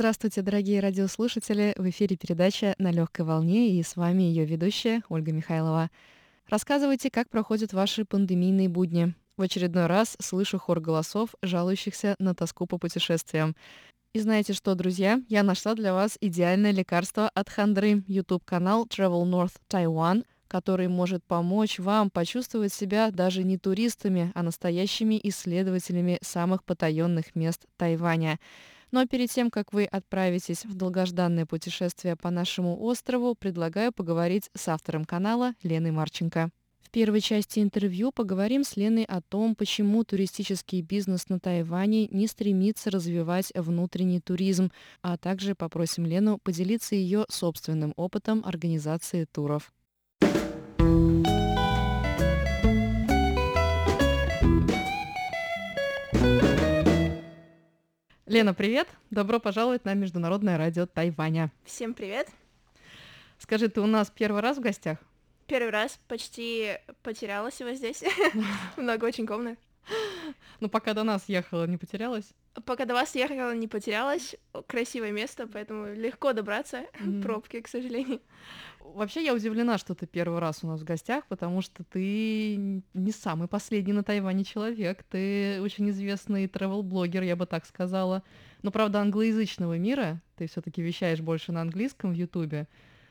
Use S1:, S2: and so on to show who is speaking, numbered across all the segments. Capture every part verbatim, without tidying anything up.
S1: Здравствуйте, дорогие радиослушатели! В эфире передача «На легкой волне» и с вами ее ведущая Ольга Михайлова. Рассказывайте, как проходят ваши пандемийные будни. В очередной раз слышу хор голосов, жалующихся на тоску по путешествиям. И знаете что, друзья? Я нашла для вас идеальное лекарство от хандры. YouTube-канал Travel North Taiwan, который может помочь вам почувствовать себя даже не туристами, а настоящими исследователями самых потаенных мест Тайваня. Но перед тем, как вы отправитесь в долгожданное путешествие по нашему острову, предлагаю поговорить с автором канала Леной Марченко. В первой части интервью поговорим с Леной о том, почему туристический бизнес на Тайване не стремится развивать внутренний туризм, а также попросим Лену поделиться ее собственным опытом организации туров. Лена, привет! Добро пожаловать на Международное радио Тайваня.
S2: Всем привет!
S1: Скажи, ты у нас первый раз в гостях?
S2: Первый раз, почти потерялась его здесь. Много очень комнат.
S1: Ну, пока до нас ехала, не потерялась?
S2: Пока до вас ехала, не потерялась. Красивое место, поэтому легко добраться.
S1: Мгм.
S2: Пробки, к сожалению.
S1: Вообще, я удивлена, что ты первый раз у нас в гостях, потому что ты н- не самый последний на Тайване человек. Ты очень известный travel-блогер, я бы так сказала. Но, правда, англоязычного мира. Ты все-таки вещаешь больше на английском в Ютубе.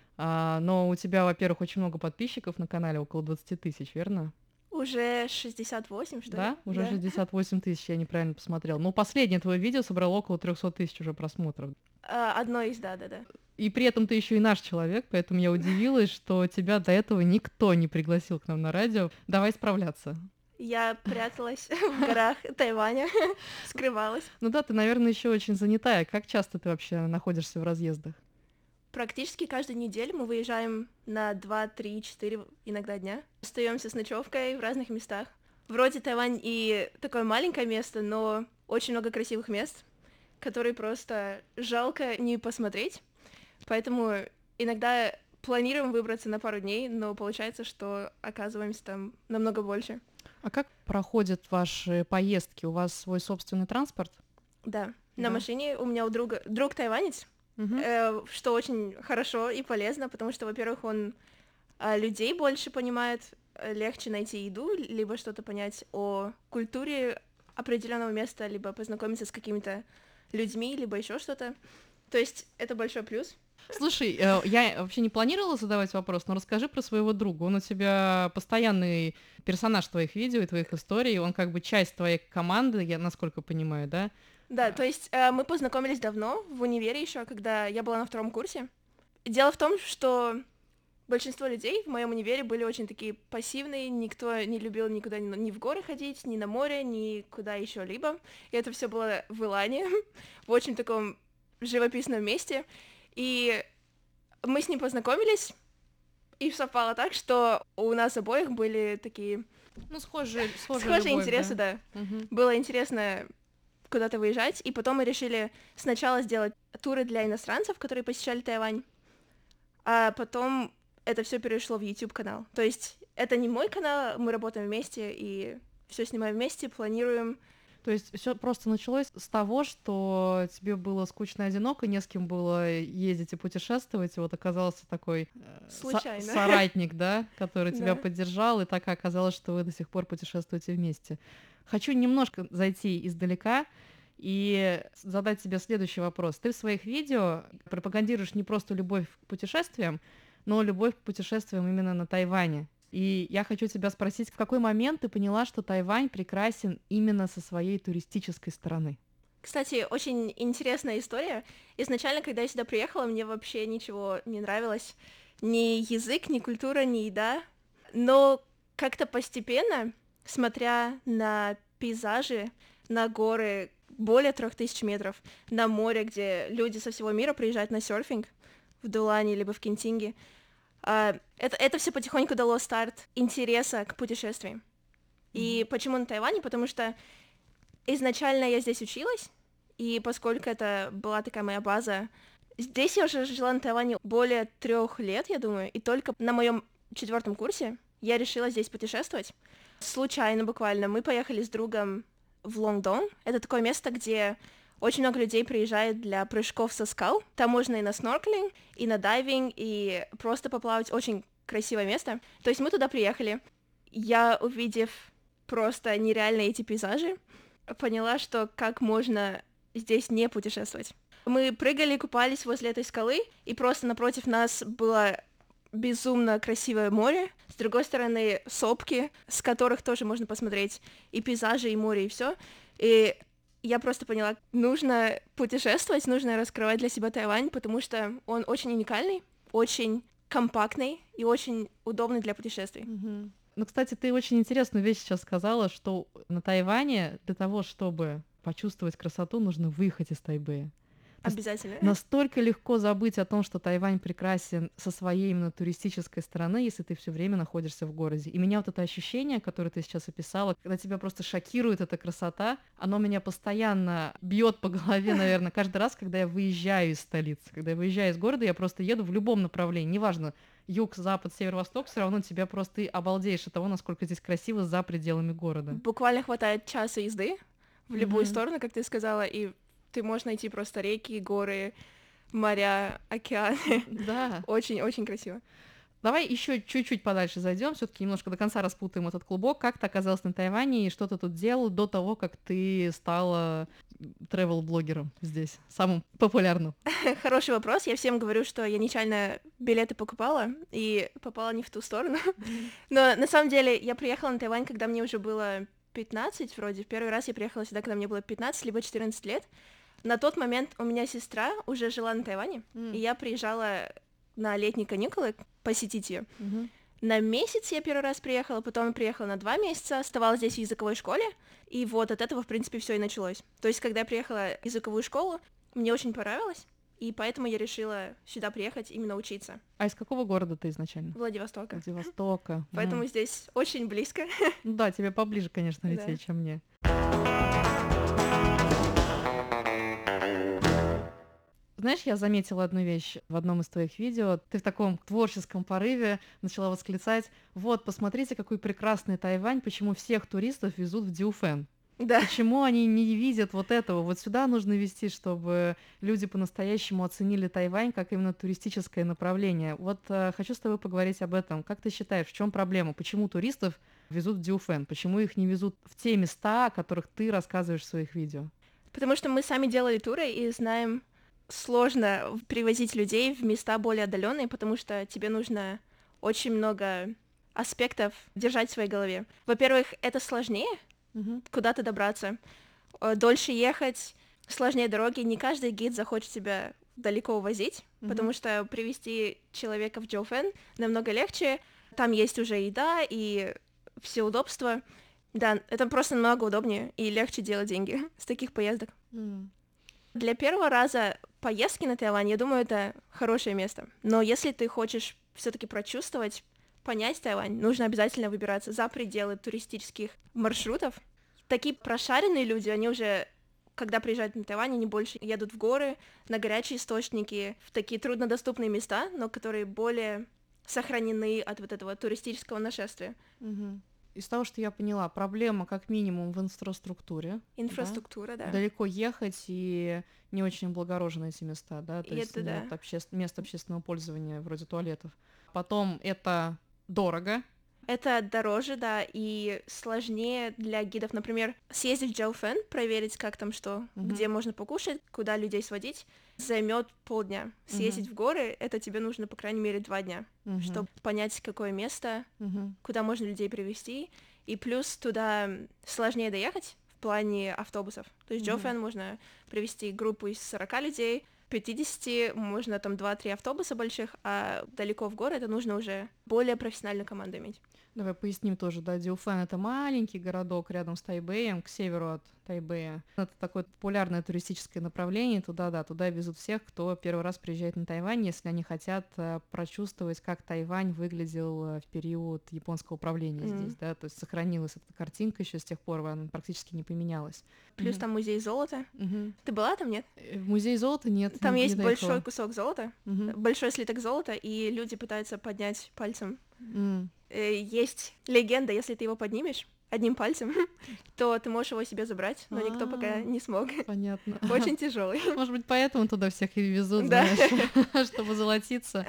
S1: А, но у тебя, во-первых, очень много подписчиков на канале, около двадцать тысяч, верно?
S2: Уже шестьдесят восемь, что ли?
S1: Да? Уже
S2: Да.
S1: шестьдесят восемь тысяч, я неправильно посмотрел. Ну, последнее твое видео собрало около триста тысяч уже просмотров.
S2: А, Одно из, да-да-да.
S1: И при этом ты еще и наш человек, поэтому я удивилась, что тебя до этого никто не пригласил к нам на радио. Давай справляться.
S2: Я пряталась в горах Тайваня, скрывалась.
S1: Ну да, ты, наверное, еще очень занятая. Как часто ты вообще находишься в разъездах?
S2: Практически каждую неделю мы выезжаем на два, три, четыре иногда дня. Остаемся с ночевкой в разных местах. Вроде Тайвань и такое маленькое место, но очень много красивых мест, которые просто жалко не посмотреть. Поэтому иногда планируем выбраться на пару дней, но получается, что оказываемся там намного больше.
S1: А как проходят ваши поездки? У вас свой собственный транспорт?
S2: Да,
S1: Да.
S2: на машине у меня у друга друг тайванец,
S1: Мгм.
S2: э, что очень хорошо и полезно, потому что, во-первых, он а, людей больше понимает, э, легче найти еду, либо что-то понять о культуре определенного места, либо познакомиться с какими-то людьми, либо еще что-то. То есть это большой плюс.
S1: Слушай, э, я вообще не планировала задавать вопрос, но расскажи про своего друга. Он у тебя постоянный персонаж твоих видео и твоих историй. Он как бы часть твоей команды, я насколько понимаю, да?
S2: Да, то есть э, мы познакомились давно, в универе еще, когда я была на втором курсе. Дело в том, что большинство людей в моем универе были очень такие пассивные, никто не любил никуда ни, ни в горы ходить, ни на море, ни куда еще либо. И это все было в Илане, в очень таком живописном месте. И мы с ним познакомились, и совпало так, что у нас обоих были такие
S1: Ну, схожие, схожая
S2: схожие
S1: любовь,
S2: интересы,
S1: да.
S2: да.
S1: Мгм.
S2: Было интересно куда-то выезжать, и потом мы решили сначала сделать туры для иностранцев, которые посещали Тайвань, а потом это все перешло в YouTube-канал. То есть это не мой канал, мы работаем вместе и все снимаем вместе, планируем.
S1: То есть все просто началось с того, что тебе было скучно и одиноко, не с кем было ездить и путешествовать, и вот оказался такой э, со-
S2: Случайно.
S1: соратник, да, который тебя
S2: Да.
S1: поддержал, и так и оказалось, что вы до сих пор путешествуете вместе. Хочу немножко зайти издалека и задать тебе следующий вопрос. Ты в своих видео пропагандируешь не просто любовь к путешествиям, но любовь к путешествиям именно на Тайване. И я хочу тебя спросить, в какой момент ты поняла, что Тайвань прекрасен именно со своей туристической стороны?
S2: Кстати, очень интересная история. Изначально, когда я сюда приехала, мне вообще ничего не нравилось. Ни язык, ни культура, ни еда. Но как-то постепенно, смотря на пейзажи, на горы более трех тысяч метров, на море, где люди со всего мира приезжают на серфинг в Дулане либо в Кентинге, а, это, это все потихоньку дало старт интереса к путешествиям. И почему на Тайване? Потому что изначально я здесь училась, и поскольку это была такая моя база, здесь я уже жила на Тайване более трех лет, я думаю, и только на моем четвертом курсе я решила здесь путешествовать. Случайно буквально мы поехали с другом в Лонгдон. Это такое место, где Очень много людей приезжает для прыжков со скал. Там можно и на снорклинг, и на дайвинг, и просто поплавать. Очень красивое место. То есть мы туда приехали. Я, увидев просто нереальные эти пейзажи, поняла, что как можно здесь не путешествовать. Мы прыгали, купались возле этой скалы, и просто напротив нас было безумно красивое море, с другой стороны сопки, с которых тоже можно посмотреть и пейзажи, и море, и все. И я просто поняла, нужно путешествовать, нужно раскрывать для себя Тайвань, потому что он очень уникальный, очень компактный и очень удобный для путешествий.
S1: Mm-hmm. Ну, кстати, ты очень интересную вещь сейчас сказала, что на Тайване для того, чтобы почувствовать красоту, нужно выехать из Тайбэя.
S2: Обязательно.
S1: Настолько легко забыть о том, что Тайвань прекрасен со своей именно туристической стороны, если ты все время находишься в городе. И меня вот это ощущение, которое ты сейчас описала, когда тебя просто шокирует эта красота, оно меня постоянно бьет по голове, наверное, каждый раз, когда я выезжаю из столицы. Когда я выезжаю из города, я просто еду в любом направлении, неважно, юг, запад, север-восток, все равно тебя просто ты обалдеешь от того, насколько здесь красиво за пределами города.
S2: Буквально хватает часа езды в любую mm-hmm. сторону, как ты сказала, и ты можешь найти просто реки, горы, моря, океаны.
S1: Да.
S2: Очень-очень красиво.
S1: Давай еще чуть-чуть подальше зайдем, все-таки немножко до конца распутаем этот клубок. Как ты оказалась на Тайване и что ты тут делал до того, как ты стала travel-блогером здесь, самым популярным?
S2: Хороший вопрос. Я всем говорю, что я нечаянно билеты покупала и попала не в ту сторону. Но на самом деле я приехала на Тайвань, когда мне уже было пятнадцать вроде. В первый раз я приехала сюда, когда мне было пятнадцать либо четырнадцать лет. На тот момент у меня сестра уже жила на Тайване, mm. и я приезжала на летние каникулы посетить ее. Mm-hmm. На месяц я первый раз приехала, потом я приехала на два месяца, оставалась здесь в языковой школе, и вот от этого, в принципе, все и началось. То есть, когда я приехала в языковую школу, мне очень понравилось, и поэтому я решила сюда приехать именно учиться.
S1: А из какого города ты изначально?
S2: Владивостока.
S1: Владивостока.
S2: Поэтому здесь очень близко.
S1: Ну да, тебе поближе, конечно, лететь, чем мне. Знаешь, я заметила одну вещь в одном из твоих видео. Ты в таком творческом порыве начала восклицать: вот, посмотрите, какой прекрасный Тайвань, почему всех туристов везут в Дюфэн.
S2: Да.
S1: Почему они не видят вот этого? Вот сюда нужно везти, чтобы люди по-настоящему оценили Тайвань как именно туристическое направление. Вот э, хочу с тобой поговорить об этом. Как ты считаешь, в чем проблема? Почему туристов везут в Дюфэн? Почему их не везут в те места, о которых ты рассказываешь в своих видео?
S2: Потому что мы сами делали туры и знаем, сложно привозить людей в места более отдаленные, потому что тебе нужно очень много аспектов держать в своей голове. Во-первых, это сложнее, uh-huh. куда-то добраться, дольше ехать, сложнее дороги. Не каждый гид захочет тебя далеко увозить, uh-huh. потому что привезти человека в Дюфэн намного легче. Там есть уже еда и все удобства. Да, это просто намного удобнее и легче делать деньги с таких поездок. Uh-huh. Для первого раза поездки на Тайвань, я думаю, это хорошее место. Но если ты хочешь все-таки прочувствовать, понять Тайвань, нужно обязательно выбираться за пределы туристических маршрутов. Такие прошаренные люди, они уже, когда приезжают на Тайвань, они больше едут в горы, на горячие источники, в такие труднодоступные места, но которые более сохранены от вот этого туристического нашествия.
S1: Mm-hmm. Из того, что я поняла, проблема как минимум в инфраструктуре.
S2: Инфраструктура, да.
S1: да. Далеко ехать и не очень облагорожены эти места, да, то
S2: и
S1: есть
S2: это,
S1: нет
S2: да.
S1: обще... мест общественного пользования вроде туалетов. Потом это дорого.
S2: Это дороже, да, и сложнее для гидов. Например, съездить в Дюфэн, проверить, как там что, uh-huh. где можно покушать, куда людей сводить, займет полдня. Съездить uh-huh. в горы, это тебе нужно, по крайней мере, два дня, uh-huh. чтобы понять, какое место, uh-huh. куда можно людей привезти. И плюс туда сложнее доехать в плане автобусов. То есть в uh-huh. Дюфэн можно привезти группу из сорока людей, пятьдесят, можно там два-три автобуса больших, а далеко в горы это нужно уже более профессиональную команду иметь.
S1: Давай поясним тоже, да, Дюфэн — это маленький городок рядом с Тайбэем, к северу от Тайбэя. Это такое популярное туристическое направление, туда, да, туда везут всех, кто первый раз приезжает на Тайвань, если они хотят э, прочувствовать, как Тайвань выглядел в период японского правления mm-hmm. здесь, да, то есть сохранилась эта картинка еще с тех пор, она практически не поменялась.
S2: Плюс mm-hmm. там музей золота. Mm-hmm. Ты была там, нет?
S1: Музей золота нет.
S2: Там
S1: не,
S2: есть
S1: не
S2: большой кусок золота,
S1: mm-hmm.
S2: большой слиток золота, и люди пытаются поднять пальцем.
S1: Mm.
S2: Есть легенда, если ты его поднимешь, одним пальцем, то ты можешь его себе забрать, но никто пока не смог.
S1: Понятно.
S2: Очень тяжелый.
S1: Может быть, поэтому туда всех и везут,
S2: Да.
S1: знаешь, чтобы золотиться.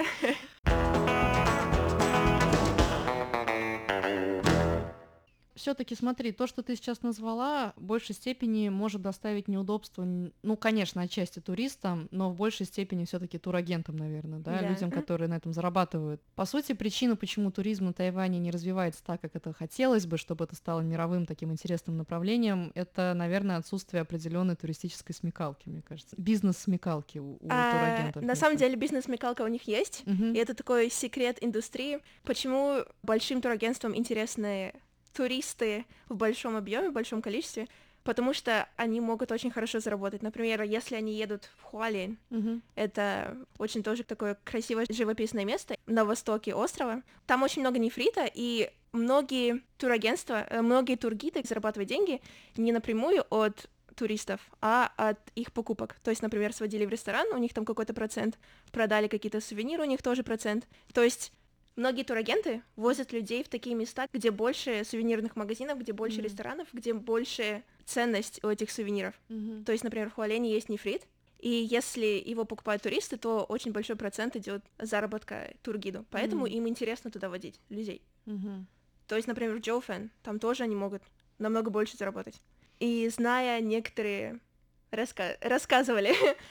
S1: Все-таки смотри, то, что ты сейчас назвала, в большей степени может доставить неудобства, н- ну, конечно, отчасти туристам, но в большей степени все-таки турагентам, наверное, да,
S2: Да.
S1: людям, которые на этом зарабатывают. По сути, причина, почему туризм на Тайване не развивается так, как это хотелось бы, чтобы это стало мировым таким интересным направлением, это, наверное, отсутствие определенной туристической смекалки, мне кажется. Бизнес-смекалки у, у
S2: А,
S1: турагентов.
S2: на
S1: мне
S2: самом
S1: кажется.
S2: деле бизнес-смекалка у них есть,
S1: Мгм.
S2: и это такой секрет индустрии, почему большим турагентствам интересны туристы в большом объеме, в большом количестве, потому что они могут очень хорошо заработать. Например, если они едут в Хуалинь,
S1: Мгм.
S2: это очень тоже такое красивое живописное место на востоке острова, там очень много нефрита, и многие турагентства, э, многие тургиды зарабатывают деньги не напрямую от туристов, а от их покупок. То есть, например, сводили в ресторан, у них там какой-то процент, продали какие-то сувениры, у них тоже процент. То есть многие турагенты возят людей в такие места, где больше сувенирных магазинов, где больше
S1: Мгм.
S2: ресторанов, где больше ценность у этих сувениров.
S1: Мгм.
S2: То есть, например, в Хуалене есть нефрит, и если его покупают туристы, то очень большой процент идет заработка тургиду. Поэтому
S1: Мгм.
S2: им интересно туда водить людей.
S1: Мгм.
S2: То есть, например, в Джоуфэн, там тоже они могут намного больше заработать. И зная некоторые раска- рассказывали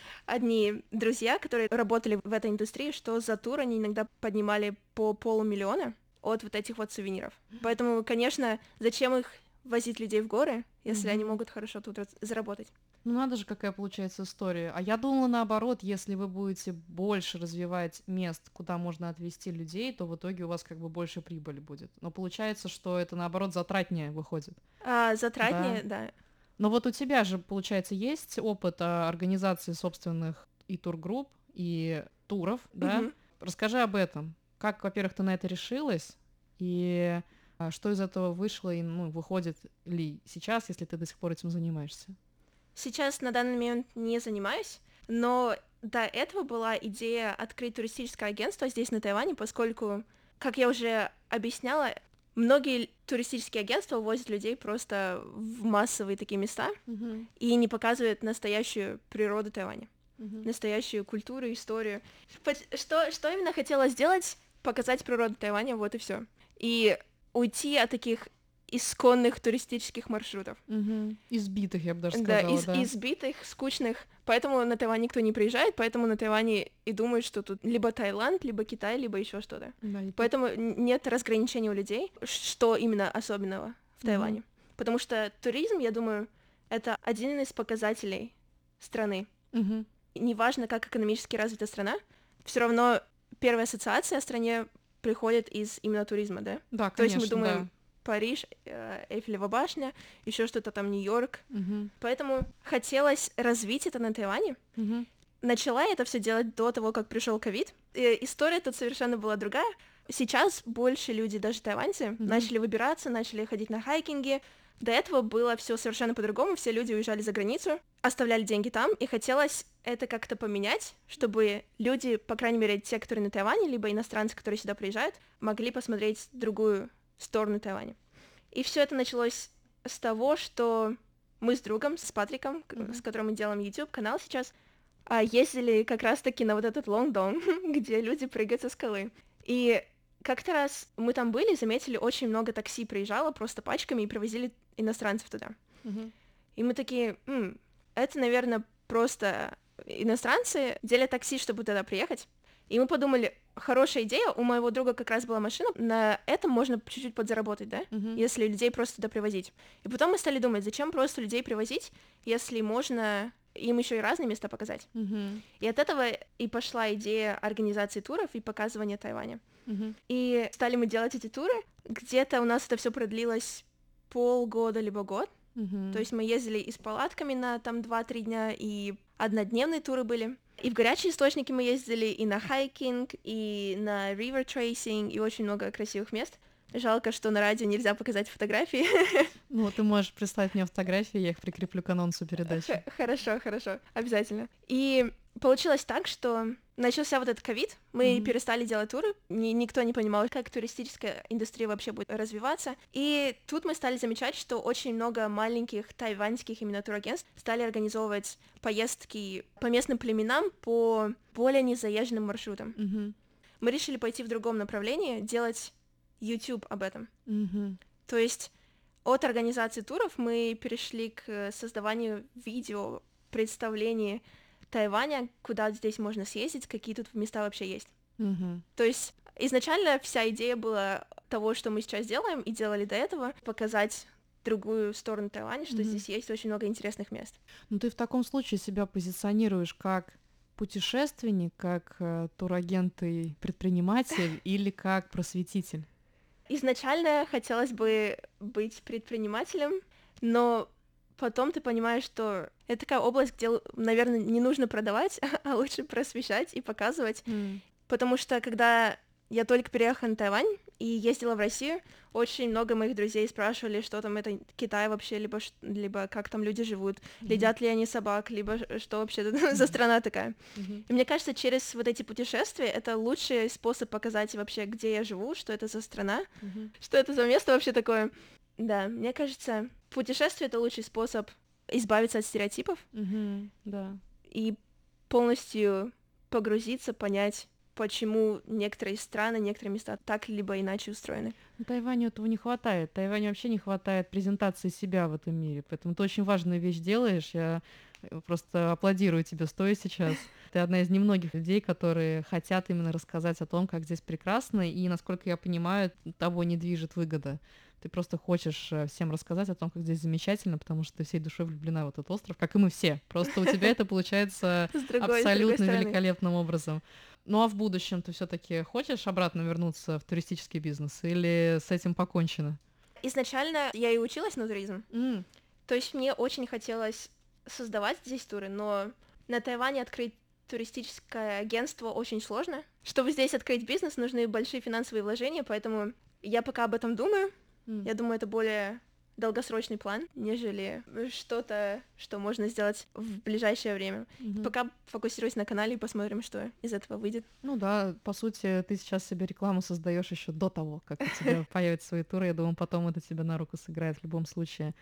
S2: одни друзья, которые работали в этой индустрии, что за тур они иногда поднимали по полумиллиона от вот этих вот сувениров. Поэтому, конечно, зачем их возить людей в горы, если они
S1: Мгм.
S2: могут хорошо тут раз- заработать?
S1: Ну надо же, какая получается история. А я думала наоборот, если вы будете больше развивать мест, куда можно отвезти людей, то в итоге у вас как бы больше прибыли будет. Но получается, что это наоборот затратнее выходит.
S2: А, затратнее,
S1: Да.
S2: да.
S1: Но вот у тебя же, получается, есть опыт а, организации собственных и тургрупп, и туров, да?
S2: Мгм.
S1: Расскажи об этом. Как, во-первых, ты на это решилась, и а, что из этого вышло, и ну, выходит ли сейчас, если ты до сих пор этим занимаешься?
S2: Сейчас на данный момент не занимаюсь, но до этого была идея открыть туристическое агентство здесь, на Тайване, поскольку, как я уже объясняла, многие туристические агентства возят людей просто в массовые такие места
S1: Мгм.
S2: и не показывают настоящую природу Тайваня,
S1: Мгм.
S2: настоящую культуру, историю. Пот- Что, что именно хотела сделать? Показать природу Тайваня, вот и все. И уйти от таких исконных туристических маршрутов.
S1: Мгм. Избитых, я бы даже
S2: Да,
S1: сказала,
S2: из
S1: да.
S2: избитых, скучных. Поэтому на Тайвань никто не приезжает, поэтому на Тайване и думают, что тут либо Таиланд, либо Китай, либо еще что-то.
S1: Да, и тут-
S2: Поэтому н- нет разграничения у людей, что именно особенного в
S1: Мгм.
S2: Тайване. Потому что туризм, я думаю, это один из показателей страны.
S1: Мгм.
S2: И неважно, как экономически развита страна, все равно первая ассоциация о стране приходит из именно туризма, да?
S1: Да,
S2: То есть мы
S1: конечно,
S2: думаем
S1: да.
S2: Париж, э, Эйфелева башня, еще что-то там, Нью-Йорк.
S1: Мгм.
S2: Поэтому хотелось развить это на Тайване.
S1: Мгм.
S2: Начала я это все делать до того, как пришел ковид. Э, История тут совершенно была другая. Сейчас больше люди, даже тайваньцы,
S1: Мгм.
S2: начали выбираться, начали ходить на хайкинги. До этого было все совершенно по-другому. Все люди уезжали за границу, оставляли деньги там, и хотелось это как-то поменять, чтобы люди, по крайней мере, те, которые на Тайване, либо иностранцы, которые сюда приезжают, могли посмотреть другую сторону Тайваня. И все это началось с того, что мы с другом, с Патриком, к-
S1: Мгм.
S2: с которым мы делаем YouTube-канал сейчас, а, ездили как раз-таки на вот этот лонгдон, где люди прыгают со скалы. И как-то раз мы там были, заметили, очень много такси приезжало просто пачками и привозили иностранцев туда.
S1: Мгм.
S2: И мы такие, «М, это, наверное, просто иностранцы делят такси, чтобы туда приехать. И мы подумали, хорошая идея, у моего друга как раз была машина, на этом можно чуть-чуть подзаработать, да,
S1: Мгм.
S2: если людей просто туда привозить. И потом мы стали думать, зачем просто людей привозить, если можно им еще и разные места показать.
S1: Мгм.
S2: И от этого и пошла идея организации туров и показывания Тайваня.
S1: Мгм.
S2: И стали мы делать эти туры. Где-то у нас это все продлилось полгода либо год.
S1: Мгм.
S2: То есть мы ездили и с палатками на там два-три дня, и однодневные туры были. И в горячие источники мы ездили, и на хайкинг, и на river tracing, и очень много красивых мест. Жалко, что на радио нельзя показать фотографии.
S1: Ну, ты можешь прислать мне фотографии, я их прикреплю к анонсу передачи.
S2: Х- Хорошо, хорошо, обязательно. И Получилось так, что начался вот этот ковид, мы
S1: Мгм.
S2: перестали делать туры, ни- никто не понимал, как туристическая индустрия вообще будет развиваться. И тут мы стали замечать, что очень много маленьких тайваньских именно турагентств стали организовывать поездки по местным племенам по более незаезженным маршрутам.
S1: Мгм.
S2: Мы решили пойти в другом направлении, делать YouTube об этом.
S1: Мгм.
S2: То есть от организации туров мы перешли к создаванию видео, представлений Тайваня, куда здесь можно съездить, какие тут места вообще есть.
S1: Мгм.
S2: То есть изначально вся идея была того, что мы сейчас делаем и делали до этого, показать другую сторону Тайваня, что
S1: Мгм.
S2: здесь есть очень много интересных мест.
S1: Ну, ты в таком случае себя позиционируешь как путешественник, как э, турагент и предприниматель или как просветитель?
S2: Изначально хотелось бы быть предпринимателем, но потом ты понимаешь, что это такая область, где, наверное, не нужно продавать, а лучше просвещать и показывать.
S1: М.
S2: Потому что когда я только переехала на Тайвань и ездила в Россию, очень много моих друзей спрашивали, что там это Китай вообще, либо, ш- либо как там люди живут,
S1: Мгм.
S2: едят ли они собак, либо ш- что вообще это за страна такая.
S1: Мгм.
S2: И мне кажется, через вот эти путешествия это лучший способ показать вообще, где я живу, что это за страна,
S1: Мгм.
S2: что это за место вообще такое. Да, мне кажется, путешествие — это лучший способ избавиться от стереотипов
S1: Мгм. Да.
S2: и полностью погрузиться, понять, почему некоторые страны, некоторые места так либо иначе устроены.
S1: Ну, Тайваню этого не хватает. Тайваню вообще не хватает презентации себя в этом мире. Поэтому ты очень важную вещь делаешь. Я э, просто аплодирую тебе стоя сейчас. Ты одна из немногих людей, которые хотят именно рассказать о том, как здесь прекрасно. И, насколько я понимаю, того не движет выгода. Ты просто хочешь э, всем рассказать о том, как здесь замечательно, потому что ты всей душой влюблена в этот остров, как и мы все. Просто у тебя это получается
S2: С другой, с другой
S1: абсолютно
S2: стороны.
S1: великолепным образом. Ну а в будущем ты все-таки хочешь обратно вернуться в туристический бизнес или с этим покончено?
S2: Изначально я и училась на туризм,
S1: М.
S2: то есть мне очень хотелось создавать здесь туры, но на Тайване открыть туристическое агентство очень сложно. Чтобы здесь открыть бизнес, нужны большие финансовые вложения, поэтому я пока об этом думаю.
S1: М.
S2: Я думаю, это более долгосрочный план, нежели что-то, что можно сделать в ближайшее время.
S1: Мгм.
S2: Пока фокусируюсь на канале и посмотрим, что из этого выйдет.
S1: Ну да, по сути, ты сейчас себе рекламу создаешь еще до того, как у тебя появятся свои туры. Я думаю, потом это тебе на руку сыграет в любом случае.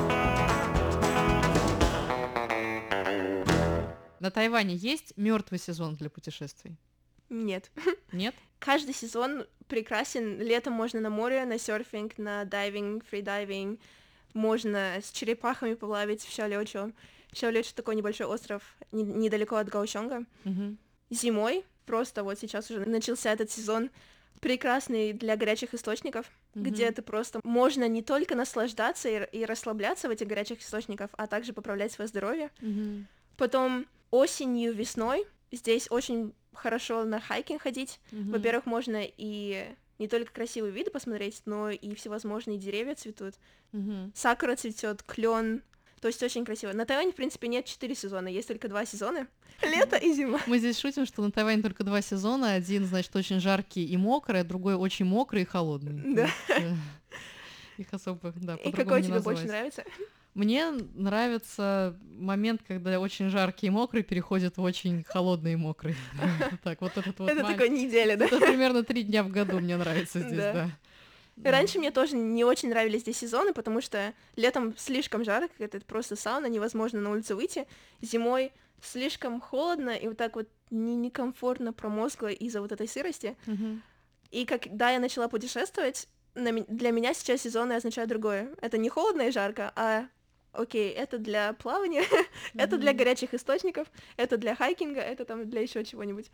S1: На Тайване есть мертвый сезон для путешествий?
S2: Нет.
S1: Нет?
S2: Каждый сезон прекрасен. Летом можно на море, на серфинг, на дайвинг, фридайвинг. Можно с черепахами поплавать в Шаолечо. Шаолечо — такой небольшой остров не- недалеко от Гаосёнга.
S1: Мгм.
S2: Зимой, просто вот сейчас уже начался этот сезон, прекрасный для горячих источников, где
S1: Мгм.
S2: это просто можно не только наслаждаться и, р- и расслабляться в этих горячих источниках, а также поправлять свое здоровье.
S1: Мгм.
S2: Потом осенью, весной здесь очень хорошо на хайкинг ходить.
S1: Мгм.
S2: Во-первых, можно и не только красивые виды посмотреть, но и всевозможные деревья цветут.
S1: Мгм.
S2: Сакура цветет, клен. То есть очень красиво. На Тайване, в принципе, нет четыре сезона, есть только два сезона. Лето и зима.
S1: Мы здесь шутим, что на Тайване только два сезона. Один, значит, очень жаркий и мокрый, а другой очень мокрый и холодный. То
S2: Да.
S1: есть, э, их особо, да,
S2: И
S1: по-другому
S2: какой
S1: не
S2: тебе больше
S1: назвать.
S2: нравится?
S1: Мне нравится момент, когда очень жаркий и мокрый переходит в очень холодный и мокрый. Так, вот этот вот
S2: Это
S1: май-
S2: такой неделя, да?
S1: Это примерно три дня в году мне нравится здесь,
S2: Да.
S1: да. Да.
S2: Раньше мне тоже не очень нравились здесь сезоны, потому что летом слишком жарко, это просто сауна, невозможно на улицу выйти. Зимой слишком холодно и вот так вот не- некомфортно, промозгло из-за вот этой сырости.
S1: Мгм.
S2: И когда я начала путешествовать, на ме- для меня сейчас сезоны означают другое. Это не холодно и жарко, а окей, это для плавания, это для
S1: Мгм.
S2: горячих источников, это для хайкинга, это там для еще чего-нибудь.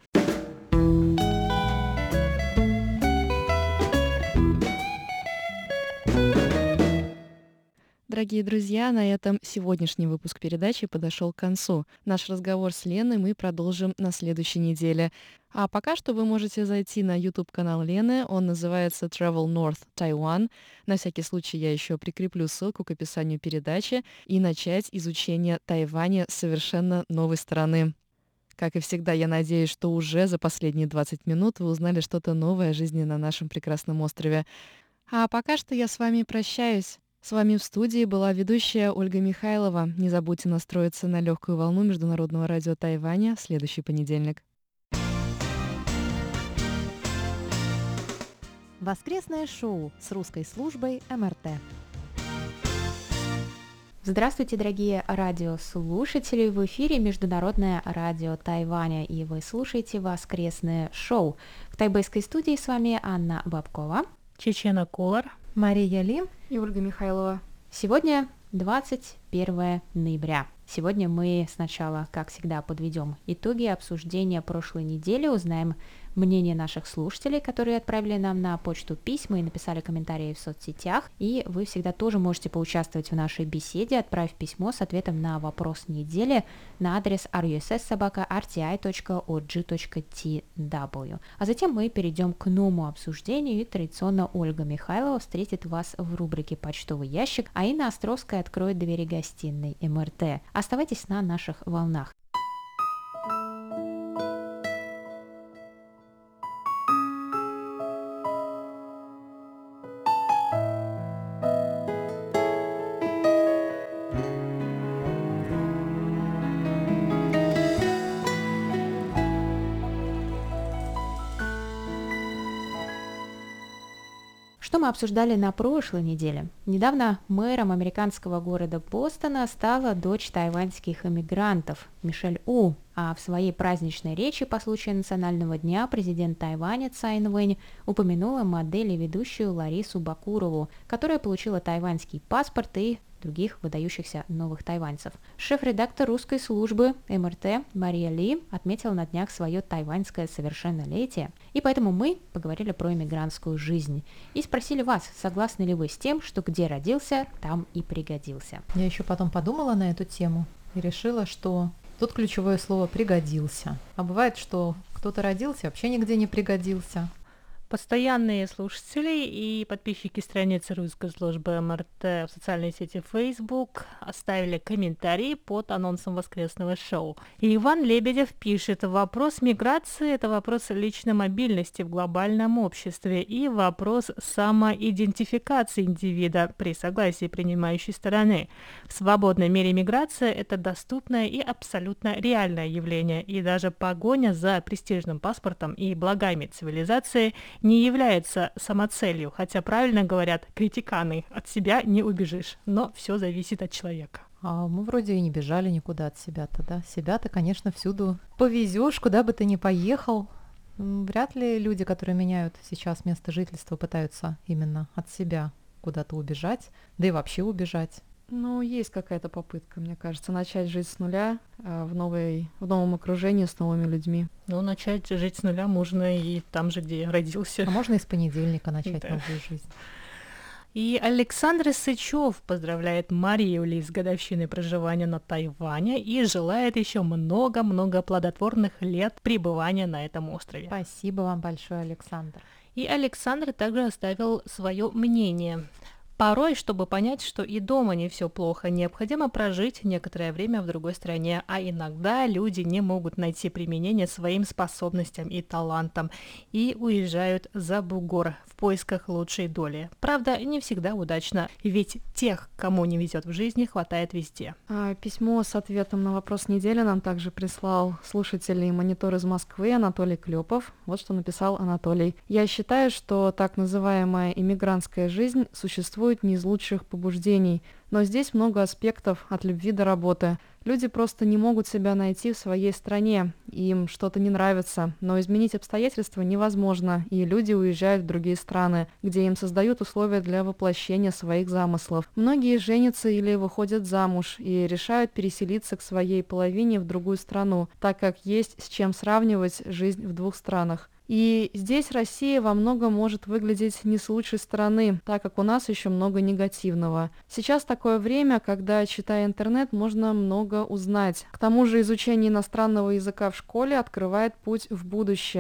S1: Дорогие друзья, на этом сегодняшний выпуск передачи подошел к концу. Наш разговор с Леной мы продолжим на следующей неделе. А пока что вы можете зайти на YouTube-канал Лены, он называется Travel North Taiwan. На всякий случай я еще прикреплю ссылку к описанию передачи и начать изучение Тайваня с совершенно новой стороны. Как и всегда, я надеюсь, что уже за последние двадцать минут вы узнали что-то новое о жизни на нашем прекрасном острове. А пока что я с вами прощаюсь. С вами в студии была ведущая Ольга Михайлова. Не забудьте настроиться на легкую волну Международного радио Тайваня в следующий понедельник.
S3: Воскресное шоу с русской службой эм эр тэ.
S4: Здравствуйте, дорогие радиослушатели! В эфире Международное радио Тайваня, и вы слушаете воскресное шоу. В тайбэйской студии с вами Анна Бабкова,
S5: Чечена Кулар,
S3: Мария Ли
S1: и Ольга Михайлова.
S4: Сегодня двадцать первое ноября. Сегодня мы сначала, как всегда, подведем итоги обсуждения прошлой недели, узнаем мнение наших слушателей, которые отправили нам на почту письма и написали комментарии в соцсетях. И вы всегда тоже можете поучаствовать в нашей беседе, отправив письмо с ответом на вопрос недели на адрес ар ю эс эс собака ар ти ай точка о джи точка ти дабл ю. А затем мы перейдем к новому обсуждению, и традиционно Ольга Михайлова встретит вас в рубрике «Почтовый ящик», а Инна Островская откроет двери гостиной эм эр тэ. Оставайтесь на наших волнах. Что мы обсуждали на прошлой неделе? Недавно мэром американского города Бостона стала дочь тайваньских эмигрантов Мишель У, а в своей праздничной речи по случаю Национального дня президент Тайваня Цай Инвэнь упомянула модель и ведущую Ларису Бакурову, которая получила тайваньский паспорт и других выдающихся новых тайваньцев. Шеф-редактор русской службы эм эр тэ Мария Ли отметила на днях свое тайваньское совершеннолетие, и поэтому мы поговорили про иммигрантскую жизнь и спросили вас, согласны ли вы с тем, что где родился, там и пригодился.
S3: Я еще потом подумала на эту тему и решила, что тут ключевое слово «пригодился». А бывает, что кто-то родился, вообще нигде не пригодился.
S5: Постоянные слушатели и подписчики страницы русской службы эм эр тэ в социальной сети Facebook оставили комментарии под анонсом воскресного шоу. И Иван Лебедев пишет: вопрос миграции – это вопрос личной мобильности в глобальном обществе и вопрос самоидентификации индивида при согласии принимающей стороны. В свободном мире миграция – это доступное и абсолютно реальное явление, и даже погоня за престижным паспортом и благами цивилизации не является самоцелью, хотя правильно говорят критиканы: от себя не убежишь, но все зависит от человека.
S3: А мы вроде и не бежали никуда от себя-то, да? Себя-то, конечно, всюду повезешь, куда бы ты ни поехал. Вряд ли люди, которые меняют сейчас место жительства, пытаются именно от себя куда-то убежать, да и вообще убежать.
S1: Ну, есть какая-то попытка, мне кажется, начать жить с нуля в, новой, в новом окружении с новыми людьми.
S5: Ну, начать жить с нуля можно и там же, где родился.
S3: А можно и с понедельника начать
S5: Да.
S3: новую жизнь.
S5: И Александр Сычев поздравляет Марию Ли с годовщиной проживания на Тайване и желает еще много-много плодотворных лет пребывания на этом острове.
S3: Спасибо вам большое, Александр.
S5: И Александр также оставил свое мнение. Порой, чтобы понять, что и дома не все плохо, необходимо прожить некоторое время в другой стране, а иногда люди не могут найти применение своим способностям и талантам и уезжают за бугор в поисках лучшей доли. Правда, не всегда удачно, ведь тех, кому не везет в жизни, хватает везде.
S1: А, письмо с ответом на вопрос недели нам также прислал слушатель и монитор из Москвы Анатолий Клепов. Вот что написал Анатолий. «Я считаю, что так называемая иммигрантская жизнь существует не из лучших побуждений, но здесь много аспектов от любви до работы. Люди просто не могут себя найти в своей стране, им что-то не нравится, но изменить обстоятельства невозможно, и люди уезжают в другие страны, где им создают условия для воплощения своих замыслов. Многие женятся или выходят замуж и решают переселиться к своей половине в другую страну, так как есть с чем сравнивать жизнь в двух странах. И здесь Россия во многом может выглядеть не с лучшей стороны, так как у нас еще много негативного. Сейчас такое время, когда, читая интернет, можно много узнать. К тому же изучение иностранного языка в школе открывает путь в будущее.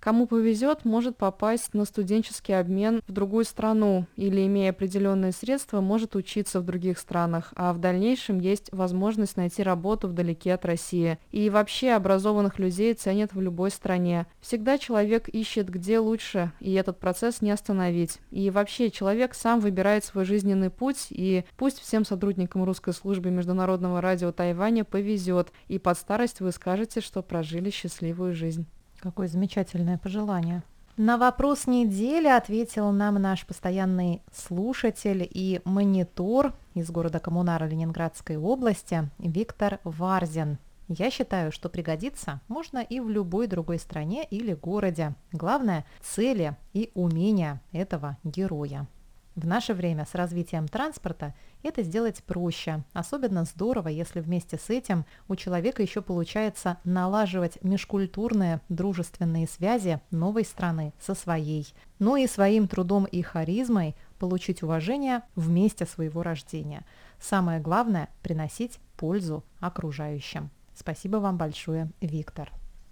S1: Кому повезет, может попасть на студенческий обмен в другую страну или, имея определенные средства, может учиться в других странах, а в дальнейшем есть возможность найти работу вдалеке от России. И вообще образованных людей ценят в любой стране. Всегда человек ищет, где лучше, и этот процесс не остановить. И вообще человек сам выбирает свой жизненный путь, и пусть всем сотрудникам русской службы Международного радио Тайваня повезет, и под старость вы скажете, что прожили счастливую жизнь.
S3: Какое замечательное пожелание. На вопрос недели ответил нам наш постоянный слушатель и монитор из города Коммунара Ленинградской области Виктор Варзин. Я считаю, что пригодится можно и в любой другой стране или городе. Главное – цели и умения этого героя. В наше время с развитием транспорта это сделать проще. Особенно здорово, если вместе с этим у человека еще получается налаживать межкультурные дружественные связи новой страны со своей. Ну и своим трудом и харизмой получить уважение в месте своего рождения. Самое главное – приносить пользу окружающим. Спасибо вам большое, Виктор.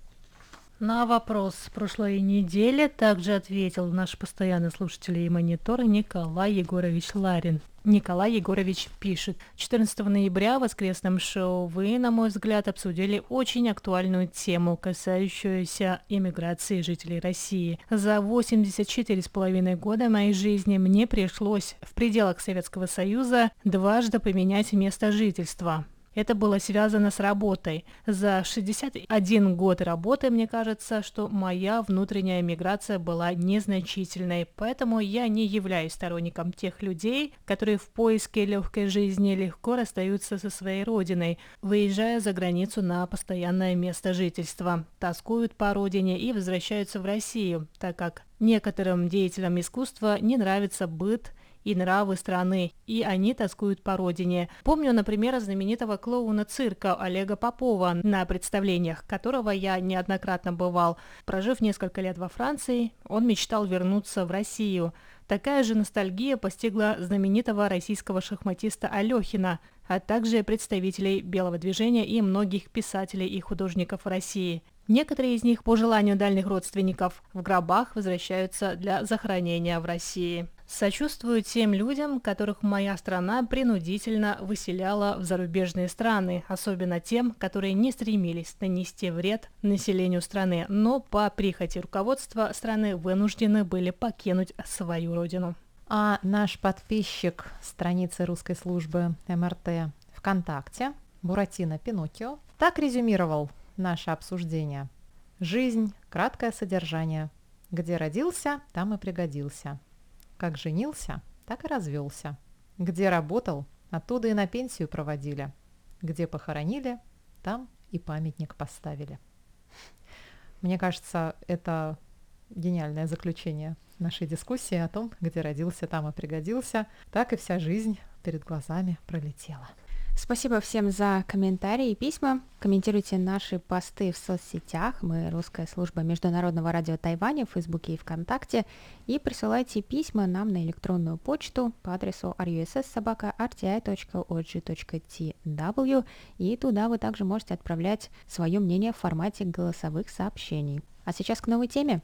S5: На вопрос прошлой недели также ответил наш постоянный слушатель и монитор Николай Егорович Ларин. Николай Егорович пишет: четырнадцатого ноября в воскресном шоу вы, на мой взгляд, обсудили очень актуальную тему, касающуюся иммиграции жителей России. За восемьдесят четыре с половиной года моей жизни мне пришлось в пределах Советского Союза дважды поменять место жительства. Это было связано с работой. За шестьдесят один год работы, мне кажется, что моя внутренняя миграция была незначительной, поэтому я не являюсь сторонником тех людей, которые в поиске легкой жизни легко расстаются со своей родиной, выезжая за границу на постоянное место жительства, тоскуют по родине и возвращаются в Россию, так как некоторым деятелям искусства не нравится быт и нравы страны, и они тоскуют по родине. Помню, например, знаменитого клоуна цирка Олега Попова, на представлениях которого я неоднократно бывал. Прожив несколько лет во Франции, он мечтал вернуться в Россию. Такая же ностальгия постигла знаменитого российского шахматиста Алехина, а также представителей белого движения и многих писателей и художников России. Некоторые из них, по желанию дальних родственников, в гробах возвращаются для захоронения в России. Сочувствую тем людям, которых моя страна принудительно выселяла в зарубежные страны, особенно тем, которые не стремились нанести вред населению страны, но по прихоти руководства страны вынуждены были покинуть свою родину.
S3: А наш подписчик страницы русской службы эм эр тэ ВКонтакте Буратино Пиноккио так резюмировал наше обсуждение. Жизнь – краткое содержание. Где родился, там и пригодился. Как женился, так и развелся. Где работал, оттуда и на пенсию проводили. Где похоронили, там и памятник поставили. Мне кажется, это гениальное заключение нашей дискуссии о том, где родился, там и пригодился. Так и вся жизнь перед глазами пролетела.
S4: Спасибо всем за комментарии и письма. Комментируйте наши посты в соцсетях. Мы русская служба Международного радио Тайваня в Фейсбуке и ВКонтакте. И присылайте письма нам на электронную почту по адресу ар ю эс эс собака ар ти ай точка о джи точка ти дабл ю. И туда вы также можете отправлять свое мнение в формате голосовых сообщений. А сейчас к новой теме.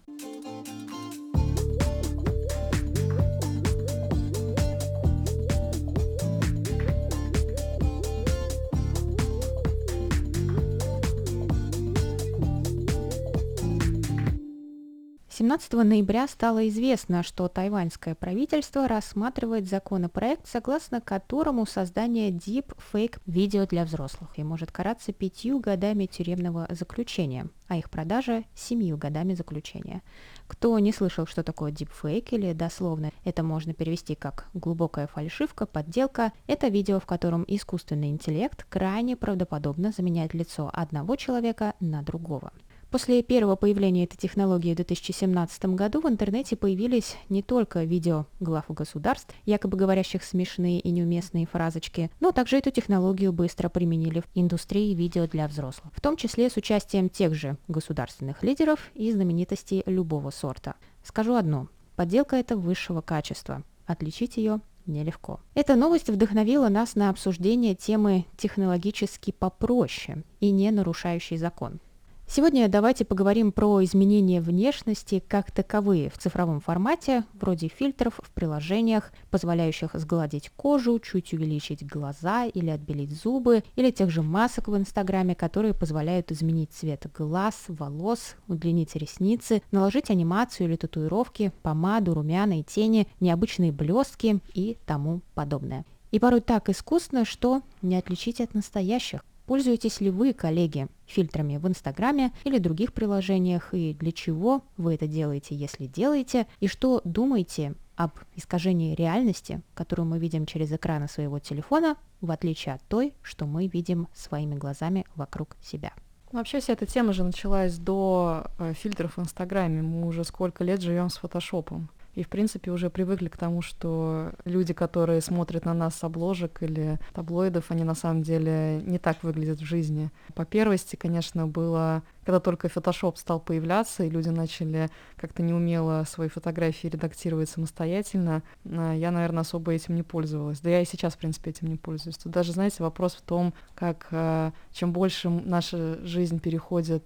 S4: семнадцатого ноября стало известно, что тайваньское правительство рассматривает законопроект, согласно которому создание deepfake видео для взрослых и может караться пятью годами тюремного заключения, а их продажа – семью годами заключения. Кто не слышал, что такое deepfake, или дословно это можно перевести как «глубокая фальшивка», «подделка», это видео, в котором искусственный интеллект крайне правдоподобно заменяет лицо одного человека на другого. После первого появления этой технологии в две тысячи семнадцатом году в интернете появились не только видео глав государств, якобы говорящих смешные и неуместные фразочки, но также эту технологию быстро применили в индустрии видео для взрослых, в том числе с участием тех же государственных лидеров и знаменитостей любого сорта. Скажу одно, подделка эта высшего качества, отличить ее нелегко. Эта новость вдохновила нас на обсуждение темы технологически попроще и не нарушающей закон. Сегодня давайте поговорим про изменения внешности как таковые в цифровом формате, вроде фильтров в приложениях, позволяющих сгладить кожу, чуть увеличить глаза или отбелить зубы, или тех же масок в Инстаграме, которые позволяют изменить цвет глаз, волос, удлинить ресницы, наложить анимацию или татуировки, помаду, румяна и тени, необычные блестки и тому подобное. И порой так искусно, что не отличить от настоящих. Пользуетесь ли вы, коллеги, фильтрами в Инстаграме или других приложениях, и для чего вы это делаете, если делаете, и что думаете об искажении реальности, которую мы видим через экраны своего телефона, в отличие от той, что мы видим своими глазами вокруг себя?
S1: Вообще вся эта тема же началась до э, фильтров в Инстаграме. Мы уже сколько лет живем с фотошопом. И, в принципе, уже привыкли к тому, что люди, которые смотрят на нас с обложек или таблоидов, они на самом деле не так выглядят в жизни. По первости, конечно, было, когда только Photoshop стал появляться, и люди начали как-то неумело свои фотографии редактировать самостоятельно, я, наверное, особо этим не пользовалась. Да я и сейчас, в принципе, этим не пользуюсь. Тут даже, знаете, вопрос в том, как чем больше наша жизнь переходит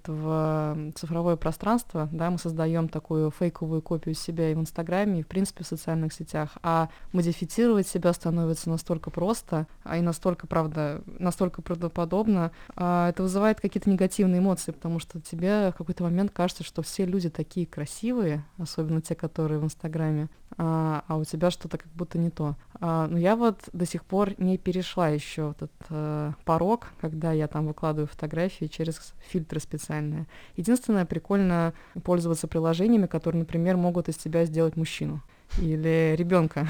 S1: в цифровое пространство, да, мы создаем такую фейковую копию себя и в Инстаграме, и, в принципе, в социальных сетях, а модифицировать себя становится настолько просто, а и настолько, правда, настолько правдоподобно, а это вызывает какие-то негативные эмоции, потому что тебе в какой-то момент кажется, что все люди такие красивые, особенно те, которые в Инстаграме, а, а у тебя что-то как будто не то. А, но я вот до сих пор не перешла еще вот этот а, порог, когда я там выкладываю фотографии через фильтры специальные. Единственное, прикольно пользоваться приложениями, которые, например, могут из тебя сделать мужчину или ребенка,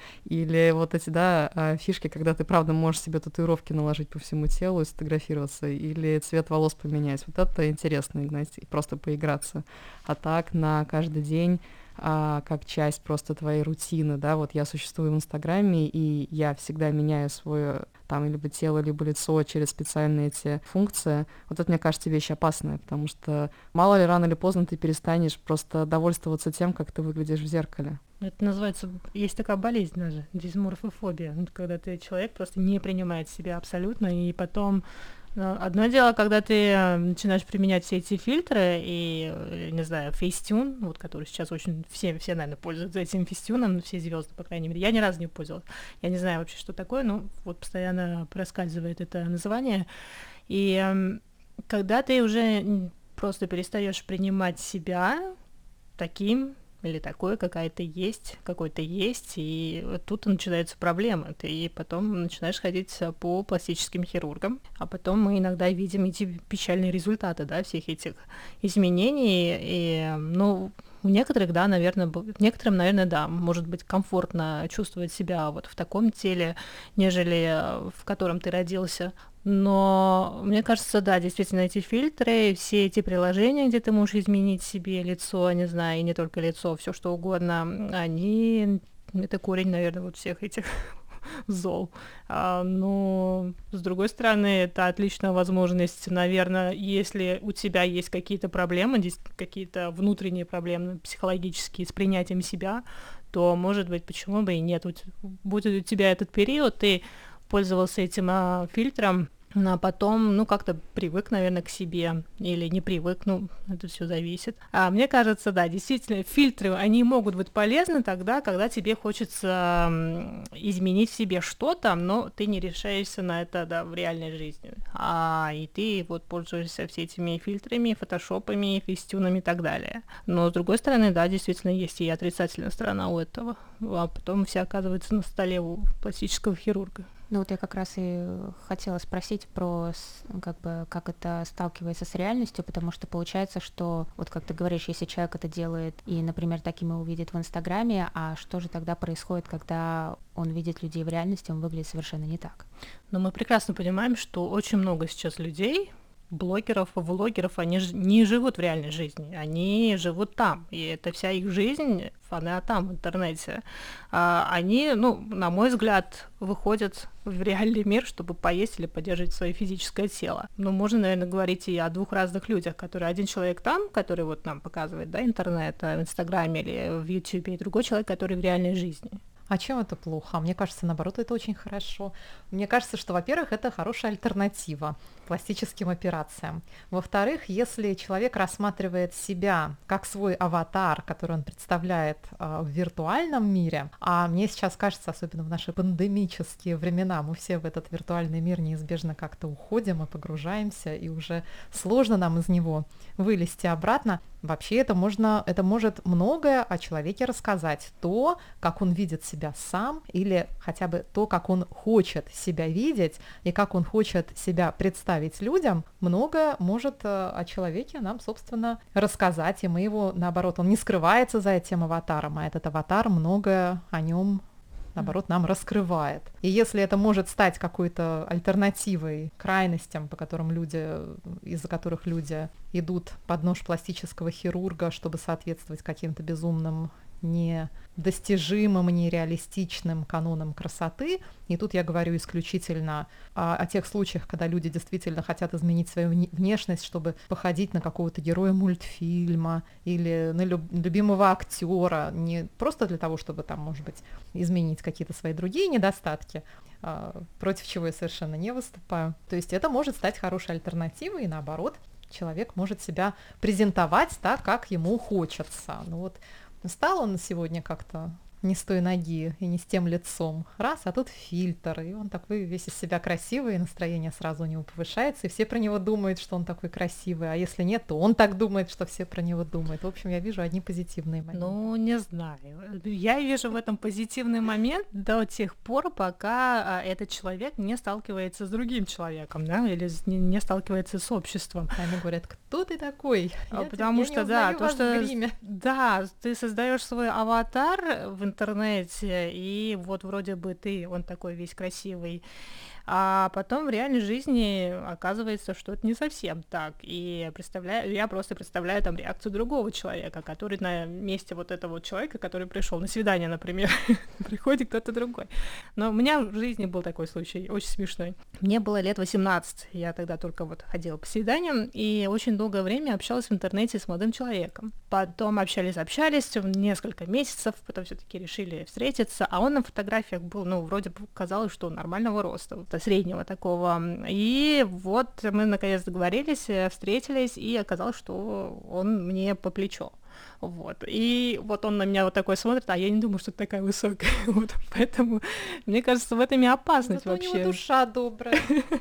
S1: или вот эти, да, фишки, когда ты, правда, можешь себе татуировки наложить по всему телу и сфотографироваться, или цвет волос поменять. Вот это интересно, Игнатий, просто поиграться. А так на каждый день, а, как часть просто твоей рутины, да, вот я существую в Инстаграме, и я всегда меняю свое там либо тело, либо лицо через специальные эти функции. Вот это, мне кажется, вещь опасная, потому что мало ли рано или поздно ты перестанешь просто довольствоваться тем, как ты выглядишь в зеркале.
S5: Это называется, есть такая болезнь даже, дисморфофобия, когда ты человек просто не принимает себя абсолютно, и потом одно дело, когда ты начинаешь применять все эти фильтры и, не знаю, фейстюн, вот, который сейчас очень все, все, наверное, пользуются этим фейстюном, все звезды, по крайней мере. Я ни разу не пользовалась. Я не знаю вообще, что такое, но вот постоянно проскальзывает это название. И когда ты уже просто перестаешь принимать себя таким, или такое, какая-то есть, какой-то есть, и тут начинаются проблемы. Ты потом начинаешь ходить по пластическим хирургам, а потом мы иногда видим эти печальные результаты, да, всех этих изменений, и, ну, у некоторых, да, наверное, некоторым, наверное, да, может быть комфортно чувствовать себя вот в таком теле, нежели в котором ты родился. Но мне кажется, да, действительно, эти фильтры, все эти приложения, где ты можешь изменить себе лицо, не знаю, и не только лицо, все что угодно, они, это корень, наверное, вот всех этих зол. А, но, с другой стороны, это отличная возможность, наверное, если у тебя есть какие-то проблемы, здесь какие-то внутренние проблемы психологические с принятием себя, то, может быть, почему бы и нет. Будет у тебя этот период, ты пользовался этим а, фильтром, а потом, ну, как-то привык, наверное, к себе, или не привык, ну, это все зависит. А мне кажется, да, действительно, фильтры, они могут быть полезны тогда, когда тебе хочется изменить в себе что-то, но ты не решаешься на это, да, в реальной жизни. А и ты вот пользуешься все этими фильтрами, фотошопами, фейстюнами и так далее. Но, с другой стороны, да, действительно, есть и отрицательная сторона у этого. А потом все оказываются на столе у пластического хирурга.
S4: Ну вот я как раз и хотела спросить про, как бы, как это сталкивается с реальностью, потому что получается, что, вот как ты говоришь, если человек это делает и, например, таким его видит в Инстаграме, а что же тогда происходит, когда он видит людей в реальности, он выглядит совершенно не так?
S5: Но мы прекрасно понимаем, что очень много сейчас людей, блогеров, влогеров, они ж не живут в реальной жизни, они живут там, и это вся их жизнь, она там, в интернете. А они, ну, на мой взгляд, выходят в реальный мир, чтобы поесть или поддерживать свое физическое тело. Ну, можно, наверное, говорить и о двух разных людях, которые один человек там, который вот нам показывает, да, интернет в Инстаграме или в Ютубе, и другой человек, который в реальной жизни.
S3: А чем это плохо? Мне кажется, наоборот, это очень хорошо. Мне кажется, что, во-первых, это хорошая альтернатива пластическим операциям. Во-вторых, если человек рассматривает себя как свой аватар, который он представляет э, в виртуальном мире, а мне сейчас кажется, особенно в наши пандемические времена, мы все в этот виртуальный мир неизбежно как-то уходим и погружаемся, и уже сложно нам из него вылезти обратно. Вообще это можно, это может многое о человеке рассказать. То, как он видит себя сам, или хотя бы то, как он хочет себя видеть, и как он хочет себя представить людям, многое может э, о человеке нам, собственно, рассказать. И мы его, наоборот, он не скрывается за этим аватаром, а этот аватар многое о нем, наоборот, нам раскрывает. И если это может стать какой-то альтернативой крайностям, по которым люди, из-за которых люди идут под нож пластического хирурга, чтобы соответствовать каким-то безумным, недостижимым, нереалистичным канонам красоты, и тут я говорю исключительно о, о тех случаях, когда люди действительно хотят изменить свою внешность, чтобы походить на какого-то героя мультфильма или на люб- любимого актера, не просто для того, чтобы там, может быть, изменить какие-то свои другие недостатки, против чего я совершенно не выступаю. То есть это может стать хорошей альтернативой, и наоборот, человек может себя презентовать так, как ему хочется. Ну вот стал он сегодня как-то не с той ноги и не с тем лицом. Раз, а тут фильтр, и он такой весь из себя красивый, и настроение сразу у него повышается, и все про него думают, что он такой красивый, а если нет, то он так думает, что все про него думают. В общем, я вижу одни позитивные моменты.
S5: Ну, не знаю. Я вижу в этом позитивный момент до тех пор, пока а, этот человек не сталкивается с другим человеком, да, или с, не, не сталкивается с обществом.
S3: Они говорят, кто ты такой?
S5: А,
S3: Я,
S5: потому
S3: я
S5: что,
S3: не
S5: да,
S3: узнаю
S5: то,
S3: вас
S5: что,
S3: в гриме.
S5: да, ты создаешь свой аватар в интернете, и вот вроде бы ты, он такой весь красивый, а потом в реальной жизни оказывается, что это не совсем так, и представляю, я просто представляю там реакцию другого человека, который на месте вот этого вот человека, который пришел на свидание, например, приходит кто-то другой. Но у меня в жизни был такой случай, очень смешной. Мне было лет восемнадцать, я тогда только вот ходила по свиданиям, и очень долгое время общалась в интернете с молодым человеком. Потом общались-общались несколько месяцев, потом все-таки решили встретиться, а он на фотографиях был, ну, вроде бы казалось, что нормального роста, вот, среднего такого. И вот мы наконец договорились, встретились, и оказалось, что он мне по плечо. Вот. И вот он на меня вот такой смотрит, а я не думаю, что ты такая высокая. Вот. Поэтому, мне кажется, в этом и опасность.
S3: Зато
S5: вообще.
S3: У него душа добрая.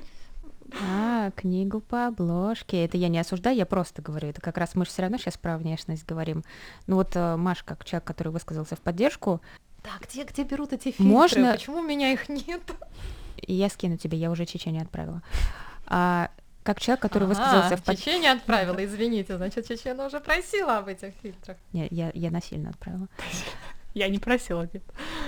S4: А, книгу по обложке. Это я не осуждаю, я просто говорю. Это как раз мы же все равно сейчас про внешность говорим. Ну вот Маша, как человек, который высказался в поддержку.
S3: Да, где, где берут эти фильтры?
S4: Можно...
S3: Почему у меня их нет?
S4: И я скину тебе, я уже Чечению отправила. А, как человек, который
S3: ага,
S4: высказался в поддержку...
S3: Чечения отправила, извините, значит, Чечена уже просила об этих фильтрах.
S4: Нет, я, я насильно отправила.
S5: Я не просила. Нет.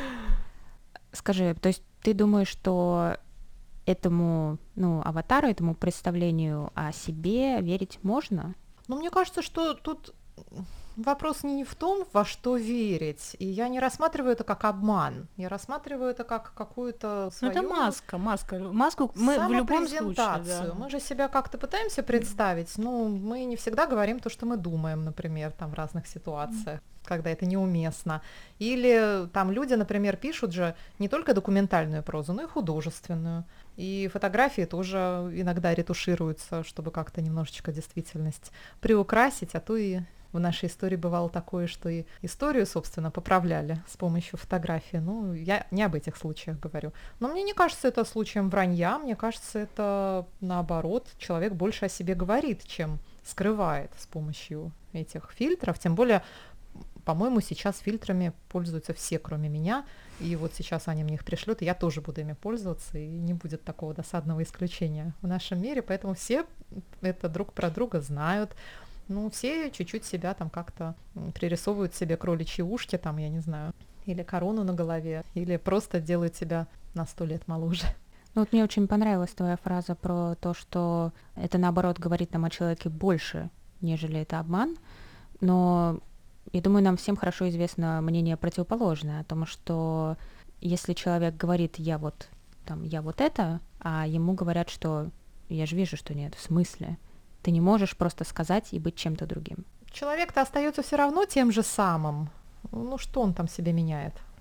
S4: Скажи, то есть ты думаешь, что этому, ну, аватару, этому представлению о себе верить можно?
S3: Ну, мне кажется, что тут вопрос не в том, во что верить. И я не рассматриваю это как обман. Я рассматриваю это как какую-то свою...
S5: Ну, это маска, маска. Маску мы в любом случае, да.
S3: Мы же себя как-то пытаемся представить, но мы не всегда говорим то, что мы думаем, например, там в разных ситуациях, когда это неуместно. Или там люди, например, пишут же не только документальную прозу, но и художественную. И фотографии тоже иногда ретушируются, чтобы как-то немножечко действительность приукрасить, а то и в нашей истории бывало такое, что и историю, собственно, поправляли с помощью фотографии. Ну, я не об этих случаях говорю. Но мне не кажется это случаем вранья, мне кажется, это наоборот, человек больше о себе говорит, чем скрывает с помощью этих фильтров. Тем более, по-моему, сейчас фильтрами пользуются все, кроме меня. И вот сейчас они мне их пришлют, и я тоже буду ими пользоваться, и не будет такого досадного исключения в нашем мире. Поэтому все это друг про друга знают. Ну, все чуть-чуть себя там как-то пририсовывают себе кроличьи ушки, там, я не знаю, или корону на голове, или просто делают себя на сто лет моложе.
S4: Ну вот мне очень понравилась твоя фраза про то, что это наоборот говорит нам о человеке больше, нежели это обман, но я думаю, нам всем хорошо известно мнение противоположное, о том, что если человек говорит «я вот, там, я вот это», а ему говорят, что «я же вижу, что нет, в смысле?» Ты не можешь просто сказать и быть чем-то другим.
S3: Человек-то остается все равно тем же самым. Ну что он там себе меняет?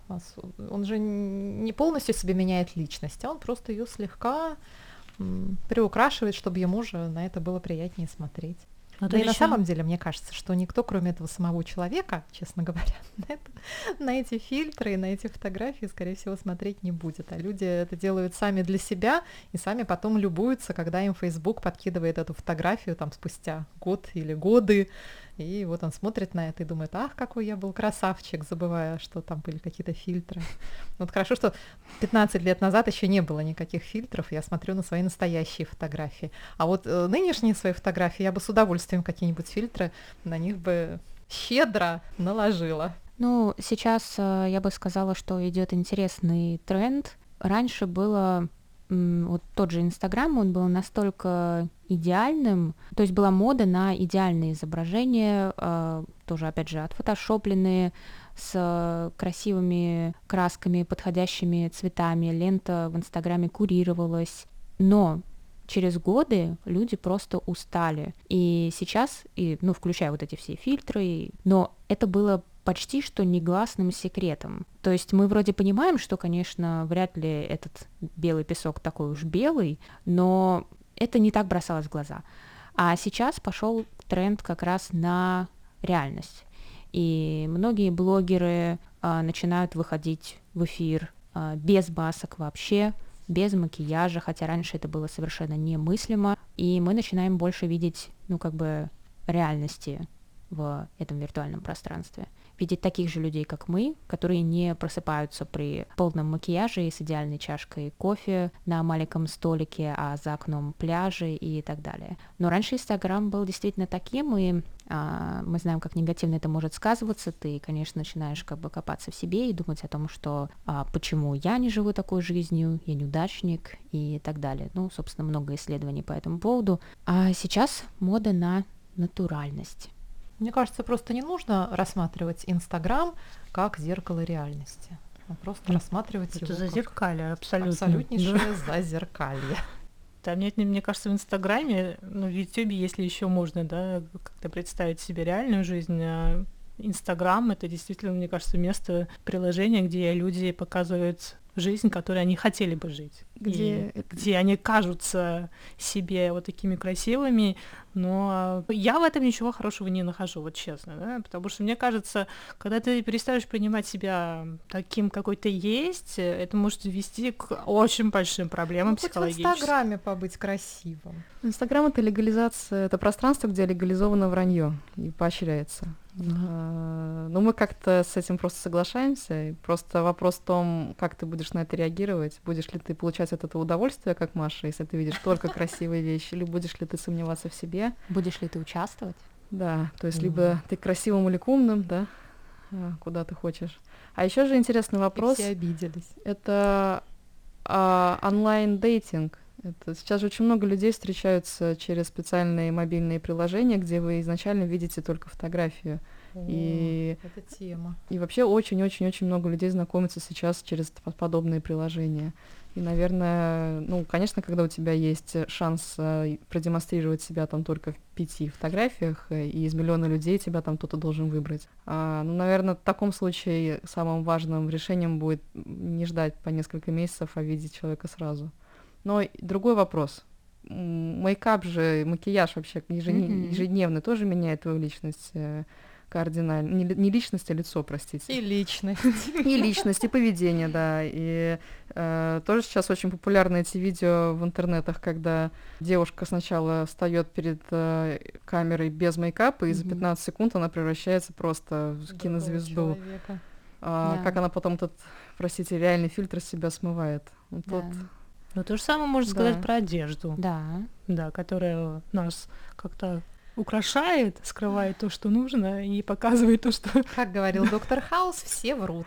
S3: Он же не полностью себе меняет личность, а он просто ее слегка м, приукрашивает, чтобы ему же на это было приятнее смотреть.
S5: А
S3: да и
S5: еще...
S3: на самом деле, мне кажется, что никто, кроме этого самого человека, честно говоря, на, это, на эти фильтры и на эти фотографии, скорее всего, смотреть не будет. А люди это делают сами для себя и сами потом любуются, когда им Facebook подкидывает эту фотографию там спустя год или годы. И вот он смотрит на это и думает: ах, какой я был красавчик, забывая, что там были какие-то фильтры. Вот хорошо, что пятнадцать лет назад еще не было никаких фильтров, я смотрю на свои настоящие фотографии. А вот э, нынешние свои фотографии я бы с удовольствием какие-нибудь фильтры на них бы щедро наложила.
S4: Ну, сейчас э, я бы сказала, что идет интересный тренд. Раньше было м, вот тот же Инстаграм, он был настолько идеальным, то есть была мода на идеальные изображения, э, тоже, опять же, отфотошопленные, с красивыми красками, подходящими цветами, лента в Инстаграме курировалась, но через годы люди просто устали, и сейчас, и, ну, включая вот эти все фильтры, но это было почти что негласным секретом. То есть мы вроде понимаем, что, конечно, вряд ли этот белый песок такой уж белый, но это не так бросалось в глаза. А сейчас пошел тренд как раз на реальность. И многие блогеры а, начинают выходить в эфир а, без масок вообще, без макияжа, хотя раньше это было совершенно немыслимо. И мы начинаем больше видеть, ну, как бы, реальности в этом виртуальном пространстве. Видеть таких же людей, как мы, которые не просыпаются при полном макияже и с идеальной чашкой кофе на маленьком столике, а за окном пляжи и так далее. Но раньше Инстаграм был действительно таким, и а, мы знаем, как негативно это может сказываться. Ты, конечно, начинаешь как бы копаться в себе и думать о том, что а, почему я не живу такой жизнью, я неудачник и так далее. Ну, собственно, много исследований по этому поводу. А сейчас мода на натуральность.
S3: Мне кажется, просто не нужно рассматривать Инстаграм как зеркало реальности, а просто
S5: Ну,
S3: рассматривать
S5: Это
S3: его
S5: зазеркалье,
S3: как
S5: абсолютно.
S3: абсолютнейшее
S5: Да.
S3: зазеркалье.
S5: Там нет, мне кажется, в Инстаграме, ну, в Ютубе, если еще можно, да, как-то представить себе реальную жизнь, а Инстаграм — это действительно, мне кажется, место, приложение, где люди показывают жизнь, которой они хотели бы жить.
S1: Где-
S5: И где они кажутся себе вот такими красивыми, но я в этом ничего хорошего не нахожу, вот честно, да, потому что мне кажется, когда ты перестаешь принимать себя таким, какой ты есть, это может вести к очень большим проблемам
S3: Ну, хоть в
S5: психологическим.
S3: Инстаграме побыть красивым.
S1: Инстаграм — это легализация, это пространство, где легализовано вранье и поощряется. А, Ну, мы как-то с этим просто соглашаемся. И просто вопрос в том, как ты будешь на это реагировать. Будешь ли ты получать от этого удовольствие, как Маша, если ты видишь только красивые вещи, или будешь ли ты сомневаться в себе.
S4: Будешь ли ты участвовать?
S1: Да, то есть
S3: Мгм.
S1: либо ты красивым или к умным, да, а, куда ты хочешь. А еще же интересный
S3: И
S1: вопрос.
S3: все обиделись.
S1: Это а, онлайн-дейтинг. Это сейчас же очень много людей встречаются через специальные мобильные приложения, где вы изначально видите только фотографию. И-
S3: О, это тема.
S1: И вообще очень-очень-очень много людей знакомятся сейчас через п- подобные приложения. И, наверное, ну, конечно, когда у тебя есть шанс э, продемонстрировать себя там только в пяти фотографиях, э, и из миллиона людей тебя там кто-то должен выбрать. А, ну, наверное, в таком случае самым важным решением будет не ждать по несколько месяцев, а видеть человека сразу. Но и другой вопрос. М, Мейкап же, макияж вообще ежедне-
S4: Мгм.
S1: ежедневный тоже меняет твою личность э, кардинально. Не, ли- не личность, а лицо, простите.
S3: И личность.
S1: И личность, и поведение, да. И э, тоже сейчас очень популярны эти видео в интернетах, когда девушка сначала встает перед э, камерой без мейкапа, и за
S4: Мгм.
S1: пятнадцать секунд она превращается просто в
S3: Другого
S1: кинозвезду.
S3: человека.
S1: А,
S4: Да.
S1: Как она потом этот, простите, реальный фильтр с себя смывает. Вот
S4: Да.
S1: тут
S5: Но то же самое можно
S1: Да.
S5: сказать про одежду,
S4: Да.
S5: да, которая нас как-то украшает, скрывает то, что нужно, и показывает то, что...
S3: Как говорил доктор Хаус, все врут.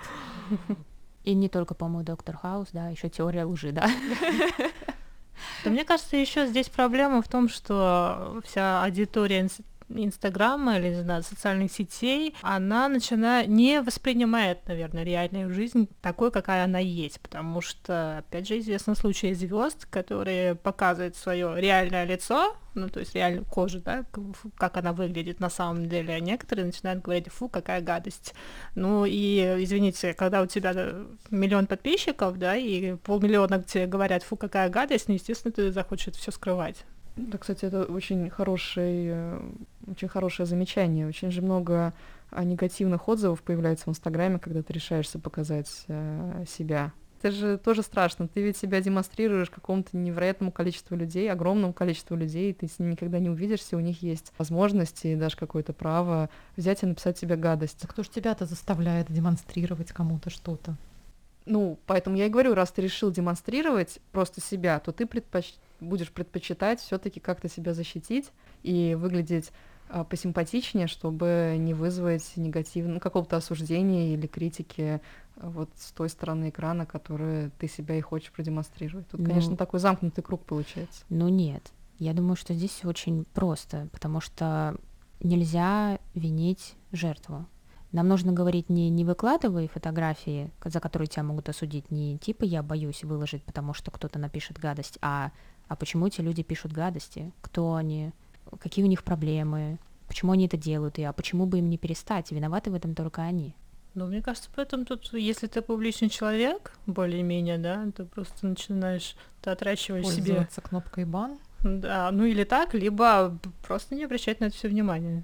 S4: И не только, по-моему, Доктор Хаус, да, еще теория лжи, да.
S5: Да, мне кажется, еще здесь проблема в том, что вся аудитория инс- Инстаграма или, не знаю, социальных сетей, она начинает не воспринимает, наверное, реальную жизнь такой, какая она есть, потому что, опять же, известны случаи звезд, которые показывают свое реальное лицо, ну, то есть реальную кожу, да, как она выглядит на самом деле, а некоторые начинают говорить: фу, какая гадость. Ну, и, извините, когда у тебя миллион подписчиков, да, и полмиллиона тебе говорят: фу, какая гадость, ну, естественно, ты захочешь все скрывать.
S1: Да, кстати, это очень хороший, очень хорошее замечание. Очень же много негативных отзывов появляется в Инстаграме, когда ты решаешься показать э, себя. Это же тоже страшно. Ты ведь себя демонстрируешь какому-то невероятному количеству людей, огромному количеству людей, ты с ними никогда не увидишься, у них есть возможности и даже какое-то право взять и написать себе гадость.
S3: А кто ж тебя-то заставляет демонстрировать кому-то что-то?
S1: Ну, поэтому я и говорю, раз ты решил демонстрировать просто себя, то ты предпоч... будешь предпочитать все-таки как-то себя защитить и выглядеть а, посимпатичнее, чтобы не вызвать негативного, ну, какого-то осуждения или критики а, вот с той стороны экрана, которую ты себя и хочешь продемонстрировать. Тут,
S4: Ну,
S1: конечно, такой замкнутый круг получается.
S4: Ну нет, я думаю, что здесь всё очень просто, потому что нельзя винить жертву. Нам нужно говорить не «не выкладывай фотографии, за которые тебя могут осудить», не типа «я боюсь выложить, потому что кто-то напишет гадость», а «а почему эти люди пишут гадости? Кто они? Какие у них проблемы? Почему они это делают? И а почему бы им не перестать? Виноваты в этом только они».
S5: Ну, мне кажется, поэтому тут, если ты публичный человек, более-менее, да, ты просто начинаешь, ты отращиваешь себе...
S3: Пользоваться кнопкой бан.
S5: Да, ну или так, либо просто не обращать на это все внимание.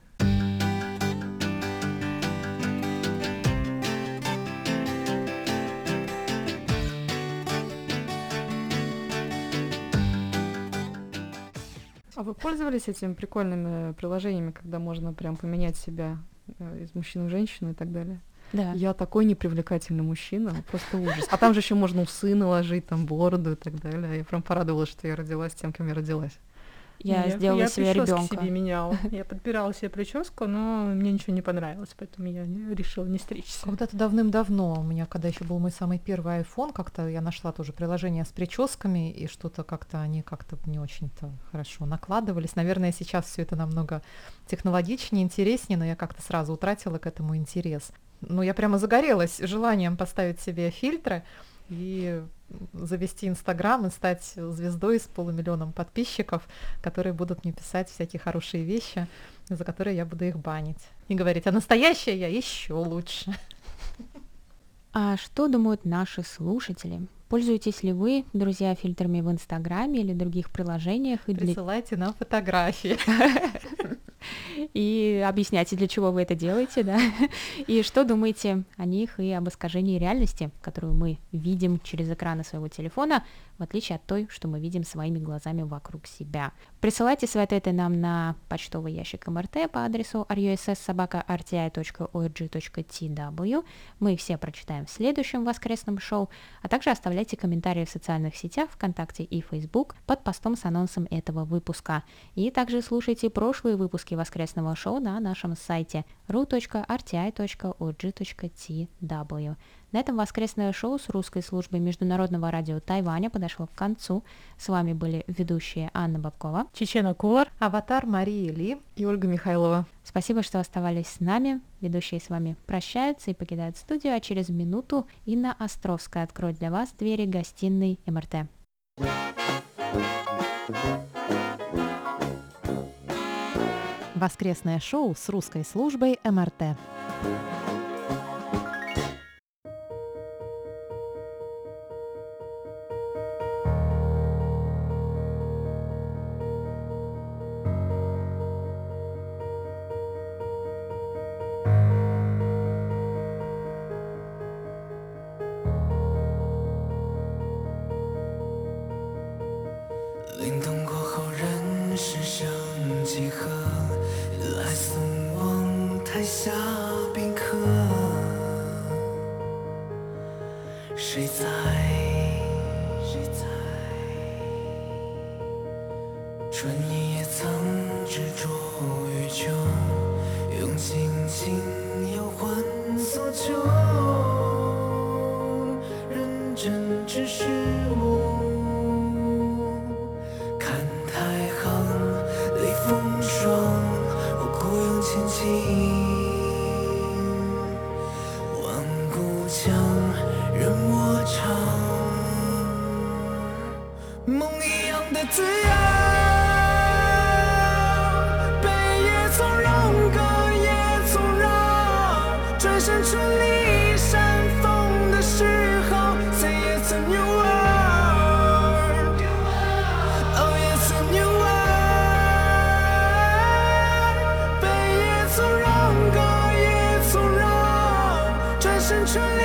S1: А вы пользовались этими прикольными приложениями, когда можно прям поменять себя э, из мужчины в женщину и так далее?
S4: Да.
S1: Я такой непривлекательный мужчина, просто ужас. А там же еще можно усы наложить, там бороду и так далее. Я прям порадовалась, что я родилась тем, кем я родилась.
S4: Я,
S5: я
S4: сделала
S5: я
S4: себе
S5: причёски
S4: ребенка.
S5: себе меняла. Я подбирала себе прическу, но мне ничего не понравилось, поэтому я решила не стричься.
S3: Когда-то давным-давно, у меня, когда еще был мой самый первый айфон, как-то я нашла тоже приложение с прическами, и что-то как-то они как-то не очень-то хорошо накладывались. Наверное, сейчас все это намного технологичнее, интереснее, но я как-то сразу утратила к этому интерес. Ну, я прямо загорелась желанием поставить себе фильтры и завести Инстаграм и стать звездой с полумиллионом подписчиков, которые будут мне писать всякие хорошие вещи, за которые я буду их банить. И говорить: а настоящая я еще лучше.
S4: А что думают наши слушатели? Пользуетесь ли вы, друзья, фильтрами в Инстаграме или других приложениях? И для...
S3: Присылайте нам фотографии.
S4: И объясняйте, для чего вы это делаете, да? И что думаете о них и об искажении реальности, которую мы видим через экраны своего телефона, в отличие от той, что мы видим своими глазами вокруг себя. Присылайте свои ответы нам на почтовый ящик эм эр тэ по адресу ар ю эс эс собака эр ти ай точка о эр джи точка ти дабл ю. Мы все прочитаем в следующем воскресном шоу, а также оставляйте комментарии в социальных сетях ВКонтакте и Facebook под постом с анонсом этого выпуска. И также слушайте прошлые выпуски воскресного шоу на нашем сайте ru точка эр ти ай точка о эр джи точка ти дабл ю. На этом воскресное шоу с русской службой Международного радио Тайваня подошло к концу. С вами были ведущие Анна Бабкова,
S5: Чечена Кулар,
S3: Аватар Марии Ли
S1: и Ольга Михайлова.
S4: Спасибо, что оставались с нами. Ведущие с вами прощаются и покидают студию, а через минуту Инна Островская откроет для вас двери гостиной эм эр тэ.
S3: Воскресное шоу с русской службой эм эр тэ.
S6: 像任我唱，梦一样的滋养，悲也从容，歌也从容，转身春里山峰的时候 Say it's a new world, oh it's a new world, 悲也从容，歌也从容，转身春里